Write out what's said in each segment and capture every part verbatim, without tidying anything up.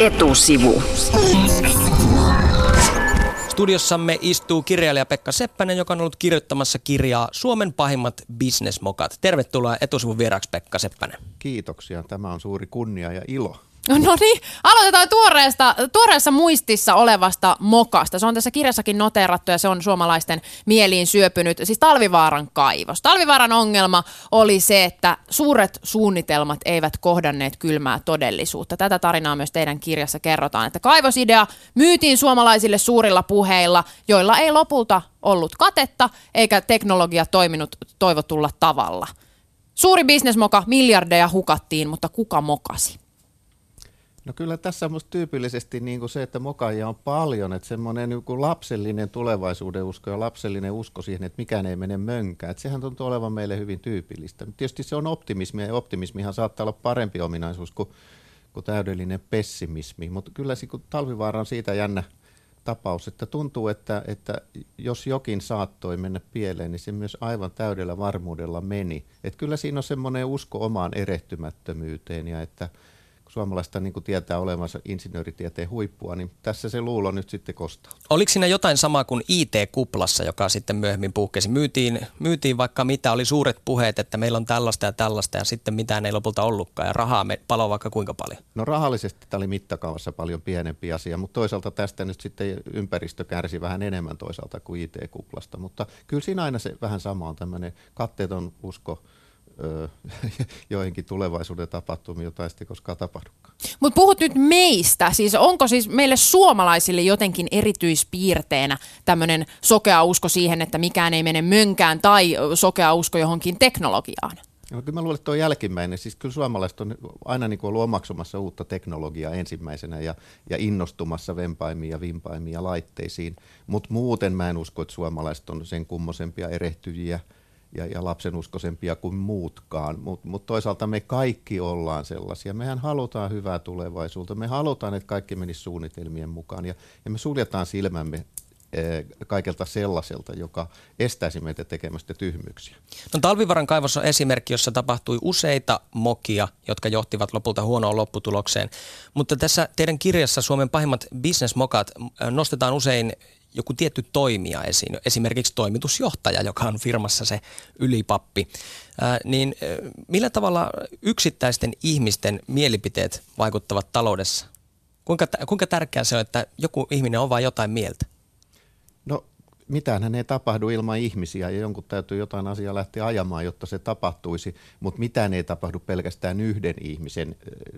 Etusivu. Studiossamme istuu kirjailija Pekka Seppänen, joka on ollut kirjoittamassa kirjaa Suomen pahimmat businessmokat. Tervetuloa Etusivun vieraaksi, Pekka Seppänen. Kiitoksia. Tämä on suuri kunnia ja ilo. No niin, aloitetaan tuoreesta, tuoreessa muistissa olevasta mokasta. Se on tässä kirjassakin noteerattu ja se on suomalaisten mieliin syöpynyt, siis Talvivaaran kaivos. Talvivaaran ongelma oli se, että suuret suunnitelmat eivät kohdanneet kylmää todellisuutta. Tätä tarinaa myös teidän kirjassa kerrotaan, että kaivosidea myytiin suomalaisille suurilla puheilla, joilla ei lopulta ollut katetta eikä teknologia toiminut toivotulla tavalla. Suuri bisnesmoka, miljardeja hukattiin, mutta kuka mokasi? No kyllä tässä on musta tyypillisesti niin kuin se, että mokaajia on paljon, että semmoinen niin kuin lapsellinen tulevaisuuden usko ja lapsellinen usko siihen, että mikään ei mene mönkään. Että sehän tuntuu olevan meille hyvin tyypillistä. Tietysti se on optimismia ja optimismihan saattaa olla parempi ominaisuus kuin, kuin täydellinen pessimismi, mutta kyllä se, kun Talvivaara on siitä jännä tapaus, että tuntuu, että, että jos jokin saattoi mennä pieleen, niin se myös aivan täydellä varmuudella meni. Että kyllä siinä on semmoinen usko omaan erehtymättömyyteen ja että suomalaista niin kuin tietää olevansa insinööritieteen huippua, niin tässä se luulo nyt sitten kostaa. Oliko siinä jotain samaa kuin I T-kuplassa, joka sitten myöhemmin puhkesi? Myytiin, myytiin vaikka mitä, oli suuret puheet, että meillä on tällaista ja tällaista ja sitten mitään ei lopulta ollutkaan ja rahaa me paloi vaikka kuinka paljon? No rahallisesti tämä oli mittakaavassa paljon pienempi asia, mutta toisaalta tästä nyt sitten ympäristö kärsi vähän enemmän toisaalta kuin I T-kuplasta, mutta kyllä siinä aina se vähän sama on tämmöinen katteeton usko joihinkin tulevaisuuden tapahtumia, jota ei sitten koskaan tapahdukaan. Mutta puhut nyt meistä, siis onko siis meille suomalaisille jotenkin erityispiirteenä tämmöinen sokea usko siihen, että mikään ei mene mönkään tai sokea usko johonkin teknologiaan? No, kyllä mä luulen, että tuo jälkimmäinen, siis kyllä suomalaiset on aina niin kuin ollut omaksumassa uutta teknologiaa ensimmäisenä ja, ja innostumassa vempaimiin ja vimpaimiin ja laitteisiin, mutta muuten mä en usko, että suomalaiset on sen kummosempia erehtyjiä Ja, ja lapsenuskoisempia kuin muutkaan, mutta mut toisaalta me kaikki ollaan sellaisia. Mehän halutaan hyvää tulevaisuutta, me halutaan, että kaikki menisi suunnitelmien mukaan ja, ja me suljetaan silmämme eh, kaikelta sellaiselta, joka estäisi meitä tekemästä tyhmyyksiä. No, Talvivaaran kaivos on esimerkki, jossa tapahtui useita mokia, jotka johtivat lopulta huonoon lopputulokseen, mutta tässä teidän kirjassa Suomen pahimmat businessmokat nostetaan usein joku tietty toimija esiin, esimerkiksi toimitusjohtaja, joka on firmassa se ylipappi, Ää, niin millä tavalla yksittäisten ihmisten mielipiteet vaikuttavat taloudessa? Kuinka, kuinka tärkeää se on, että joku ihminen on vain jotain mieltä? No mitäänhän ei tapahdu ilman ihmisiä ja jonkun täytyy jotain asiaa lähteä ajamaan, jotta se tapahtuisi, mutta mitään ei tapahdu pelkästään yhden ihmisen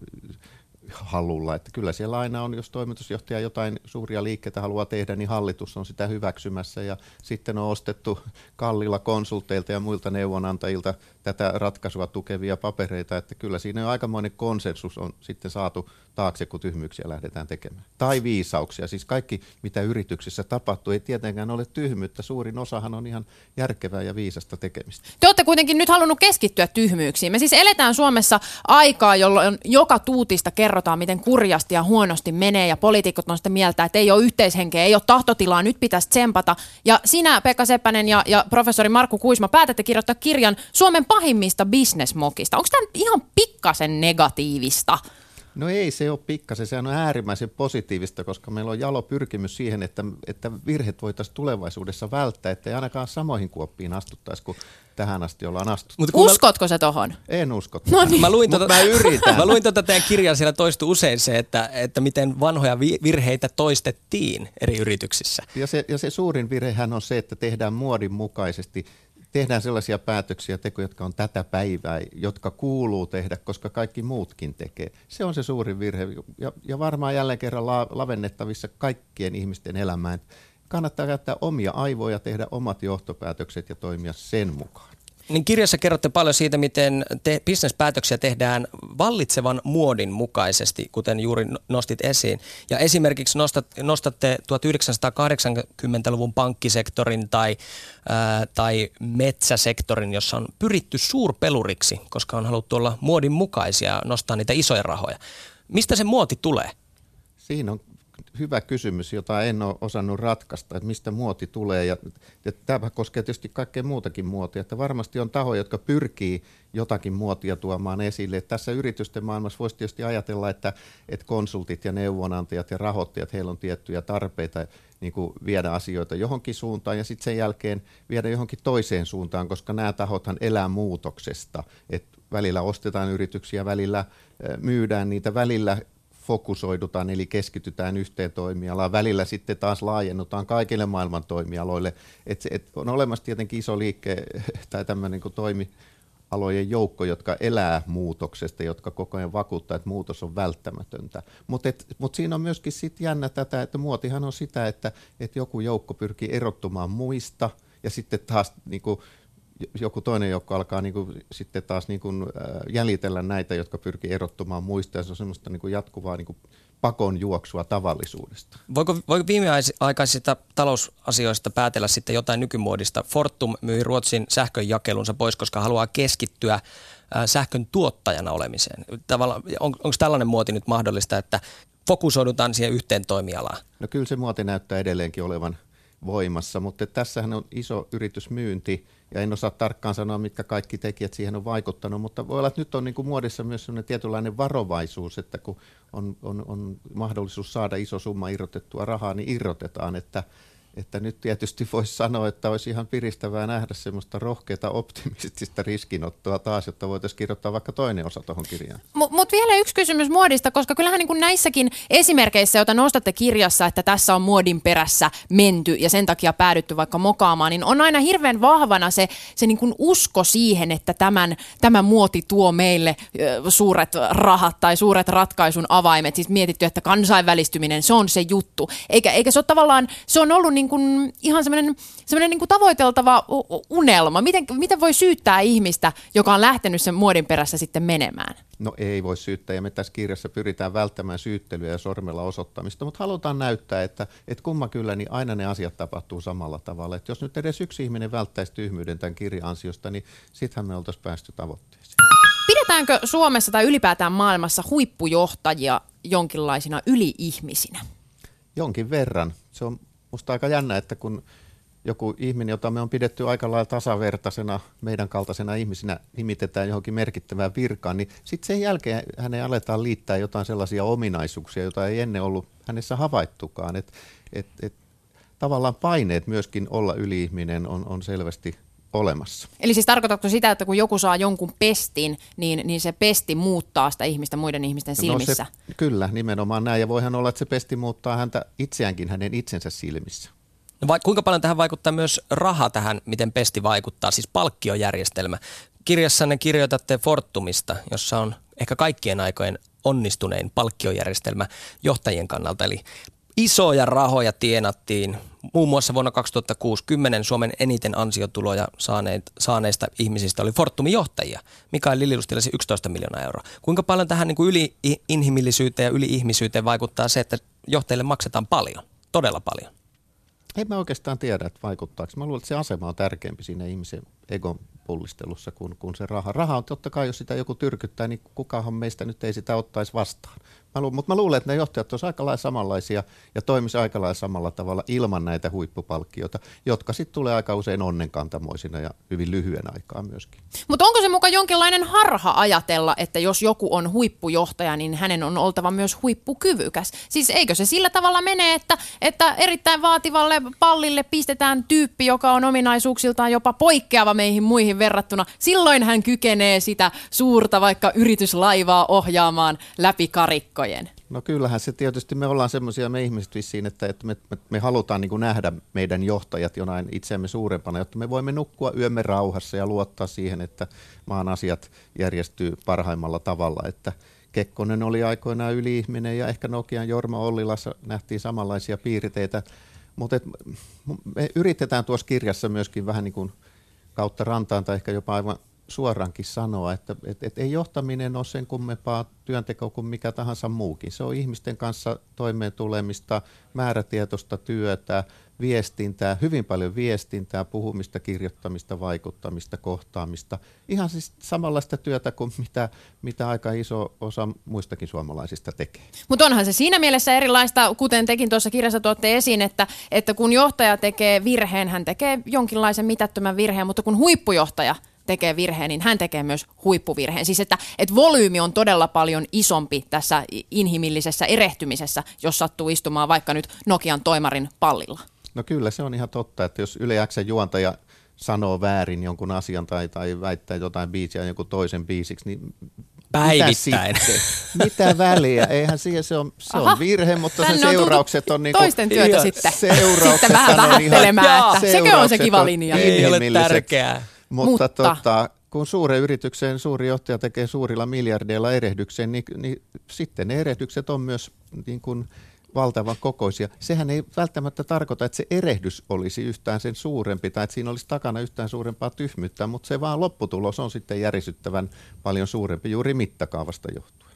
halulla, että kyllä siellä aina on, jos toimitusjohtaja jotain suuria liikkeitä haluaa tehdä, niin hallitus on sitä hyväksymässä ja sitten on ostettu kalliilla konsulteilta ja muilta neuvonantajilta tätä ratkaisua tukevia papereita, että kyllä siinä on aikamoinen konsensus on sitten saatu taakse, kun tyhmyyksiä lähdetään tekemään. Tai viisauksia, siis kaikki mitä yrityksissä tapahtuu ei tietenkään ole tyhmyyttä, suurin osahan on ihan järkevää ja viisasta tekemistä. Te olette kuitenkin nyt halunnut keskittyä tyhmyyksiin. Me siis eletään Suomessa aikaa, jolloin joka tuutista kerrotaan, miten kurjasti ja huonosti menee ja poliitikot on sitä mieltä, että ei ole yhteishenkeä, ei ole tahtotilaa, nyt pitäisi tsempata. Ja sinä, Pekka Seppänen ja, ja professori Markku Kuisma, päätätte kirjoittaa kirjan Suomen pahimmista businessmokista. Onko tämä ihan pikkasen negatiivista? No ei se ole pikkasen, sehän on äärimmäisen positiivista, koska meillä on jalo pyrkimys siihen, että, että virheet voitaisiin tulevaisuudessa välttää, ettei ainakaan samoihin kuoppiin astuttaisi, kun tähän asti ollaan astuttu. Uskotko mä... sä tohon? En usko. No niin. Mä luin, tota, mä yritän. Mä luin tota teidän kirjaa, siellä toistui usein se, että, että miten vanhoja virheitä toistettiin eri yrityksissä. Ja se, ja se suurin virhehän on se, että tehdään muodin mukaisesti. Tehdään sellaisia päätöksiä ja tekoja, jotka on tätä päivää, jotka kuuluu tehdä, koska kaikki muutkin tekee. Se on se suurin virhe ja, ja varmaan jälleen kerran la, lavennettavissa kaikkien ihmisten elämään. Kannattaa käyttää omia aivoja, tehdä omat johtopäätökset ja toimia sen mukaan. Niin kirjassa kerrotte paljon siitä, miten te bisnespäätöksiä tehdään vallitsevan muodin mukaisesti, kuten juuri nostit esiin. Ja esimerkiksi nostat, nostatte tuhatyhdeksänsataakahdeksankymmentäluvun pankkisektorin tai, ää, tai metsäsektorin, jossa on pyritty suurpeluriksi, koska on haluttu olla muodin mukaisia ja nostaa niitä isoja rahoja. Mistä se muoti tulee? Siinä on hyvä kysymys, jota en ole osannut ratkaista, että mistä muoti tulee. Ja, ja tämä koskee tietysti kaikkea muutakin muotia, että varmasti on tahoja, jotka pyrkii jotakin muotia tuomaan esille. Että tässä yritysten maailmassa voisi tietysti ajatella, että, että konsultit ja neuvonantajat ja rahoittajat, heillä on tiettyjä tarpeita niin kuin viedä asioita johonkin suuntaan ja sitten sen jälkeen viedä johonkin toiseen suuntaan, koska nämä tahothan elää muutoksesta. Että välillä ostetaan yrityksiä, välillä myydään niitä, välillä fokusoidutaan, eli keskitytään yhteen toimialaan. Välillä sitten taas laajennutaan kaikille maailman toimialoille. Et se, et on olemassa tietenkin iso liike tai tämmöinen niin toimialojen joukko, jotka elää muutoksesta, jotka koko ajan vakuuttaa, että muutos on välttämätöntä. Mutta mut siinä on myöskin sit jännä tätä, että muotihan on sitä, että et joku joukko pyrkii erottumaan muista ja sitten taas niin kuin, joku toinen joukko alkaa niin kuin, sitten taas niin kuin, äh, jäljitellä näitä, jotka pyrkii erottumaan muista, ja se on semmoista niin kuin jatkuvaa niin kuin pakon juoksua tavallisuudesta. Voiko, voiko viimeaikaisista talousasioista päätellä sitten jotain nykymuodista? Fortum myi Ruotsin sähkönjakelunsa pois, koska haluaa keskittyä äh, sähkön tuottajana olemiseen. Tavallaan, on, onko tällainen muoti nyt mahdollista, että fokusoidutaan siihen yhteen toimialaan? No kyllä se muoti näyttää edelleenkin olevan voimassa, mutta tässähän on iso yritysmyynti, ja en osaa tarkkaan sanoa, mitkä kaikki tekijät siihen on vaikuttanut, mutta voi olla, että nyt on niin kuin muodissa myös sellainen tietynlainen varovaisuus, että kun on, on, on mahdollisuus saada iso summa irrotettua rahaa, niin irrotetaan, että Että nyt tietysti voisi sanoa, että olisi ihan piristävää nähdä semmoista rohkeata optimistista riskinottoa taas, jotta voitaisiin kirjoittaa vaikka toinen osa tuohon kirjaan. Mutta mut vielä yksi kysymys muodista, koska kyllähän niin kuin näissäkin esimerkkeissä, joita nostatte kirjassa, että tässä on muodin perässä menty ja sen takia päädytty vaikka mokaamaan, niin on aina hirveän vahvana se, se niin kuin usko siihen, että tämän, tämä muoti tuo meille ö, suuret rahat tai suuret ratkaisun avaimet. Siis mietitty, että kansainvälistyminen, se on se juttu. Eikä, eikä se ole tavallaan, se on ollut niin kuin ihan semmoinen, semmoinen niin kuin tavoiteltava unelma. Miten, miten voi syyttää ihmistä, joka on lähtenyt sen muodin perässä sitten menemään? No ei voi syyttää, ja me tässä kirjassa pyritään välttämään syyttelyä ja sormella osoittamista, mutta halutaan näyttää, että, että kumma kyllä, niin aina ne asiat tapahtuu samalla tavalla. Että jos nyt edes yksi ihminen välttäisi tyhmyyden tämän kirjan ansiosta, niin sittenhän me oltaisiin päästy tavoitteeseen. Pidetäänkö Suomessa tai ylipäätään maailmassa huippujohtajia jonkinlaisina yli-ihmisinä? Jonkin verran. Se on musta aika jännä, että kun joku ihminen, jota me on pidetty aika lailla tasavertaisena, meidän kaltaisena ihmisinä nimitetään johonkin merkittävään virkaan, niin sitten sen jälkeen hänen aletaan liittää jotain sellaisia ominaisuuksia, joita ei ennen ollut hänessä havaittukaan. Et, et, et, tavallaan paineet myöskin olla yli-ihminen on, on selvästi olemassa. Eli siis tarkoitatko sitä, että kun joku saa jonkun pestin, niin, niin se pesti muuttaa sitä ihmistä muiden ihmisten silmissä? No se, kyllä, nimenomaan näin. Ja voihan olla, että se pesti muuttaa häntä itseäänkin hänen itsensä silmissä. No vai, kuinka paljon tähän vaikuttaa myös raha tähän, miten pesti vaikuttaa, siis palkkiojärjestelmä? Kirjassanne kirjoitatte Fortumista, jossa on ehkä kaikkien aikojen onnistunein palkkiojärjestelmä johtajien kannalta, eli isoja rahoja tienattiin. Muun muassa vuonna kaksituhattakuusi kymmenen Suomen eniten ansiotuloja saaneet, saaneista ihmisistä oli Fortumin johtajia. Mikael Liljelus tilasi yksitoista miljoonaa euroa. Kuinka paljon tähän niin kuin yli-inhimillisyyteen ja yli-ihmisyyteen vaikuttaa se, että johtajille maksetaan paljon, todella paljon? En mä oikeastaan tiedä, että vaikuttaako. Mä luulen, että se asema on tärkeämpi siinä ihmisen egon pullistelussa kuin, kuin se raha. Raha on totta kai, jos sitä joku tyrkyttää, niin kukahan meistä nyt ei sitä ottaisi vastaan. Mä lu- mutta mä luulen, että ne johtajat olisivat aika lailla samanlaisia ja toimisivat aika lailla samalla tavalla ilman näitä huippupalkkioita, jotka sitten tulee aika usein onnenkantamoisina ja hyvin lyhyen aikaa myöskin. Mutta onko se mukaan jonkinlainen harha ajatella, että jos joku on huippujohtaja, niin hänen on oltava myös huippukyvykäs? Siis eikö se sillä tavalla mene, että, että erittäin vaativalle pallille pistetään tyyppi, joka on ominaisuuksiltaan jopa poikkeava meihin muihin verrattuna. Silloin hän kykenee sitä suurta vaikka yrityslaivaa ohjaamaan läpi karikkojen. No kyllähän se tietysti, me ollaan semmoisia me ihmiset vissiin, että, että me, me, me halutaan niin kuin nähdä meidän johtajat jonain itseämme suurempana, jotta me voimme nukkua yömme rauhassa ja luottaa siihen, että maan asiat järjestyy parhaimmalla tavalla. Että Kekkonen oli aikoinaan yli-ihminen ja ehkä Nokian Jorma Ollilassa nähtiin samanlaisia piirteitä, mutta et, me yritetään tuossa kirjassa myöskin vähän niin kuin kautta rantaan tai ehkä jopa aivan suorankin sanoa, että et, et ei johtaminen ole sen kummempaa työntekoa kuin mikä tahansa muukin. Se on ihmisten kanssa toimeen tulemista, määrätietoista työtä, viestintää, hyvin paljon viestintää, puhumista, kirjoittamista, vaikuttamista, kohtaamista. Ihan siis samanlaista työtä kuin mitä, mitä aika iso osa muistakin suomalaisista tekee. Mutta onhan se siinä mielessä erilaista, kuten tekin tuossa kirjassa tuotte esiin, että, että kun johtaja tekee virheen, hän tekee jonkinlaisen mitättömän virheen, mutta kun huippujohtaja tekee virheen, niin hän tekee myös huippuvirheen. Siis että, että volyymi on todella paljon isompi tässä inhimillisessä erehtymisessä, jos sattuu istumaan vaikka nyt Nokian toimarin pallilla. No kyllä, se on ihan totta, että jos Yle X:n juontaja sanoo väärin jonkun asian tai, tai väittää jotain biisiä jonkun toisen biisiksi, niin päivittäin. Mitä, mitä väliä? Eihän siihen, se on, se on virhe, mutta sen seuraukset on niin kuin... Toisten työtä ja sitten. Seuraukset sitten vähän vähättelemään, että sekö on se kiva linja. Ei ole tärkeää. Mutta, mutta. Tota, kun suuren yrityksen suuri johtaja tekee suurilla miljardeilla erehdyksen, niin, niin sitten ne erehdykset on myös niin kuin valtavan kokoisia. Sehän ei välttämättä tarkoita, että se erehdys olisi yhtään sen suurempi tai että siinä olisi takana yhtään suurempaa tyhmyyttä, mutta se vaan lopputulos on sitten järisyttävän paljon suurempi juuri mittakaavasta johtuen.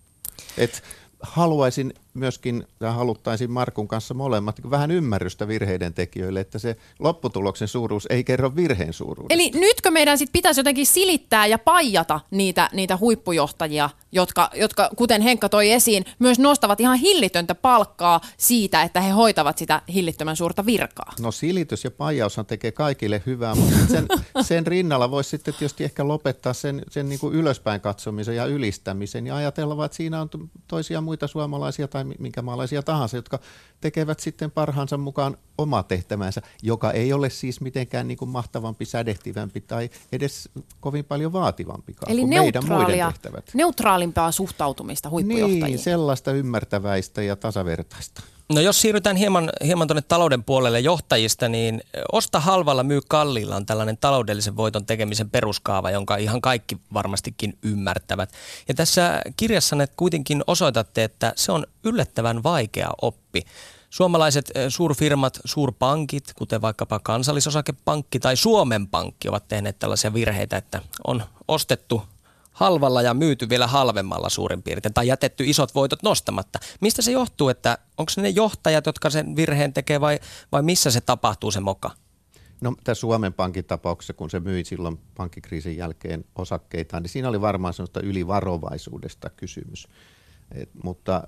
Et haluaisin myöskin, ja haluttaisin Markun kanssa molemmat, vähän ymmärrystä virheiden tekijöille, että se lopputuloksen suuruus ei kerro virheen suuruudesta. Eli nytkö meidän sit pitäisi jotenkin silittää ja paijata niitä, niitä huippujohtajia, jotka, jotka, kuten Henkka toi esiin, myös nostavat ihan hillitöntä palkkaa siitä, että he hoitavat sitä hillittömän suurta virkaa? No silitys ja paijaushan tekee kaikille hyvää, mutta sen, sen rinnalla voisi sitten tietysti ehkä lopettaa sen, sen niin kuin ylöspäin katsomisen ja ylistämisen ja ajatella, että siinä on toisia muita suomalaisia tai minkä maalaisia tahansa, jotka tekevät sitten parhaansa mukaan oma tehtävänsä, joka ei ole siis mitenkään niin kuin mahtavampi, sädehtivämpi tai edes kovin paljon vaativampikaan Eli kuin meidän muiden tehtävät. neutraalimpaa suhtautumista huippujohtajiin. Niin, sellaista ymmärtäväistä ja tasavertaista. No jos siirrytään hieman, hieman tuonne talouden puolelle johtajista, niin osta halvalla, myy kalliilla on tällainen taloudellisen voiton tekemisen peruskaava, jonka ihan kaikki varmastikin ymmärtävät. Ja tässä kirjassanne kuitenkin osoitatte, että se on yllättävän vaikea oppi. Suomalaiset suurfirmat, suurpankit, kuten vaikkapa Kansallisosakepankki tai Suomen Pankki, ovat tehneet tällaisia virheitä, että on ostettu halvalla ja myyty vielä halvemmalla suurin piirtein, tai jätetty isot voitot nostamatta. Mistä se johtuu, että onko se ne johtajat, jotka sen virheen tekee, vai, vai missä se tapahtuu se moka? No tässä Suomen Pankin tapauksessa, kun se myi silloin pankkikriisin jälkeen osakkeitaan, niin siinä oli varmaan sellaista ylivarovaisuudesta kysymys. Et, mutta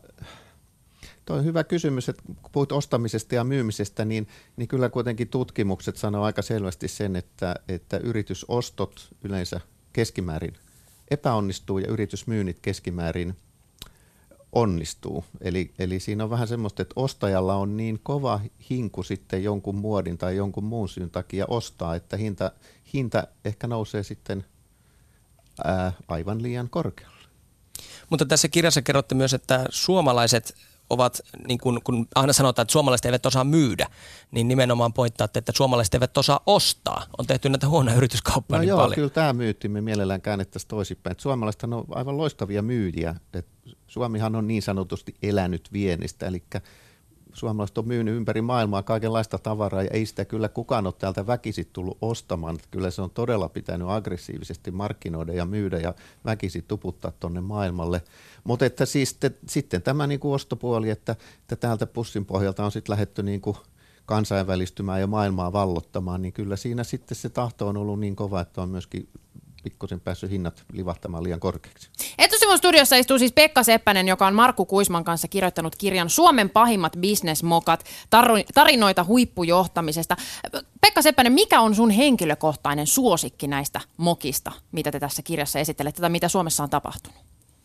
tuo on hyvä kysymys, että kun puhut ostamisesta ja myymisestä, niin, niin kyllä kuitenkin tutkimukset sanoo aika selvästi sen, että, että yritysostot yleensä keskimäärin epäonnistuu ja yritysmyynnit keskimäärin onnistuu. Eli, eli siinä on vähän semmoista, että ostajalla on niin kova hinku sitten jonkun muodin tai jonkun muun syyn takia ostaa, että hinta, hinta ehkä nousee sitten ää, aivan liian korkealle. Mutta tässä kirjassa kerrotte myös, että suomalaiset ovat, niin kun, kun aina sanotaan, että suomalaiset eivät osaa myydä, niin nimenomaan pointtaatte, että suomalaiset eivät osaa ostaa. On tehty näitä huonoja yrityskauppaa no niin joo, paljon. Kyllä tämä myytti me mielellään käännettäisiin toisinpäin. Suomalaiset on aivan loistavia myyjiä. Et Suomihan on niin sanotusti elänyt viennistä, eli suomalaiset on myynyt ympäri maailmaa kaikenlaista tavaraa ja ei sitä kyllä kukaan ole täältä väkisin tullut ostamaan. Että kyllä se on todella pitänyt aggressiivisesti markkinoida ja myydä ja väkisin tuputtaa tuonne maailmalle. Mutta että siis te, sitten tämä niinku ostopuoli, että, että täältä pussin pohjalta on sitten lähdetty niinku kansainvälistymään ja maailmaa vallottamaan, niin kyllä siinä sitten se tahto on ollut niin kova, että on myöskin pikkusen päässyt hinnat livahtamaan liian korkeaksi. Etusivun studiossa istuu siis Pekka Seppänen, joka on Markku Kuisman kanssa kirjoittanut kirjan Suomen pahimmat business-mokat, tarinoita huippujohtamisesta. Pekka Seppänen, mikä on sun henkilökohtainen suosikki näistä mokista, mitä te tässä kirjassa esittelette, tai mitä Suomessa on tapahtunut?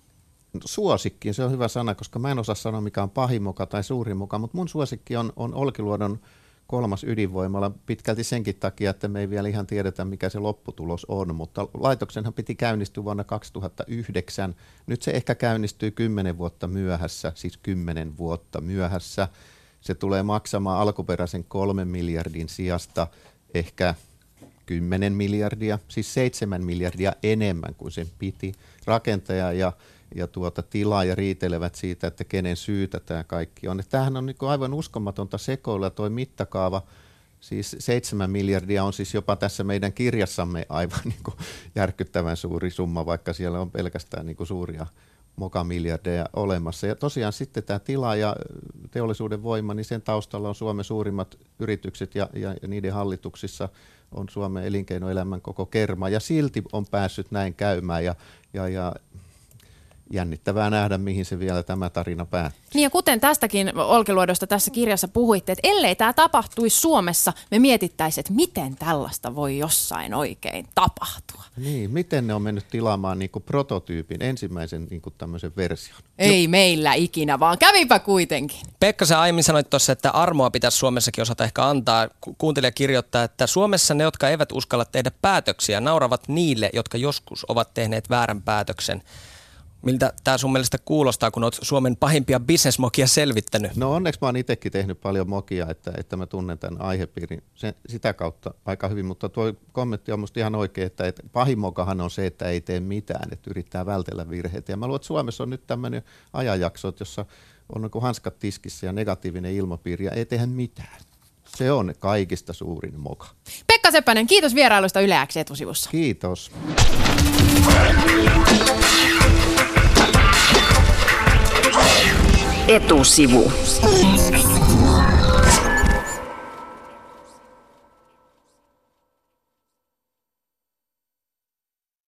Suosikki, se on hyvä sana, koska mä en osaa sanoa, mikä on pahin moka tai suurin moka, mutta mun suosikki on, on Olkiluodon kolmas ydinvoimala pitkälti senkin takia, että me ei vielä ihan tiedetä, mikä se lopputulos on, mutta laitoksenhan piti käynnistyä vuonna kaksituhattayhdeksän. Nyt se ehkä käynnistyy kymmenen vuotta myöhässä, siis kymmenen vuotta myöhässä. Se tulee maksamaan alkuperäisen kolmen miljardin sijasta ehkä kymmenen miljardia, siis seitsemän miljardia enemmän kuin sen piti. Rakentaja ja ja tuota, tilaaja riitelevät siitä, että kenen syytä tämä kaikki on. Että tämähän on niin kuin aivan uskomatonta sekoilla tuo mittakaava. Siis seitsemän miljardia on siis jopa tässä meidän kirjassamme aivan niin kuin järkyttävän suuri summa, vaikka siellä on pelkästään niin kuin suuria mokamiljardeja olemassa. Ja tosiaan sitten tämä tila ja teollisuuden voima, niin sen taustalla on Suomen suurimmat yritykset ja, ja, ja niiden hallituksissa on Suomen elinkeinoelämän koko kerma. Ja silti on päässyt näin käymään ja, ja, ja jännittävää nähdä, mihin se vielä tämä tarina päättyy. Niin ja kuten tästäkin Olkiluodosta tässä kirjassa puhuitte, että ellei tämä tapahtuisi Suomessa, me mietittäisiin, että miten tällaista voi jossain oikein tapahtua. Niin, miten ne on mennyt tilaamaan niin kuin prototyypin, ensimmäisen niin kuin tämmöisen version? Ei no. meillä ikinä, vaan kävipä kuitenkin. Pekka, sä aiemmin sanoit tuossa, että armoa pitäisi Suomessakin osata ehkä antaa. Kuuntelija kirjoittaa, että Suomessa ne, jotka eivät uskalla tehdä päätöksiä, nauravat niille, jotka joskus ovat tehneet väärän päätöksen. Miltä tämä sun mielestä kuulostaa, kun olet Suomen pahimpia bisnesmokia selvittänyt? No onneksi mä oon itsekin tehnyt paljon mokia, että, että mä tunnen tämän aihepiirin sen, sitä kautta aika hyvin, mutta tuo kommentti on musta ihan oikein, että, että pahin mokahan on se, että ei tee mitään, että yrittää vältellä virheitä. Ja mä luulen, että Suomessa on nyt tämmöinen ajanjakso, jossa on niin kuin hanskat tiskissä ja negatiivinen ilmapiiri ja ei tehdä mitään. Se on kaikista suurin moka. Pekka Seppänen, kiitos vierailusta Yle X etusivussa. Kiitos. Etusivu.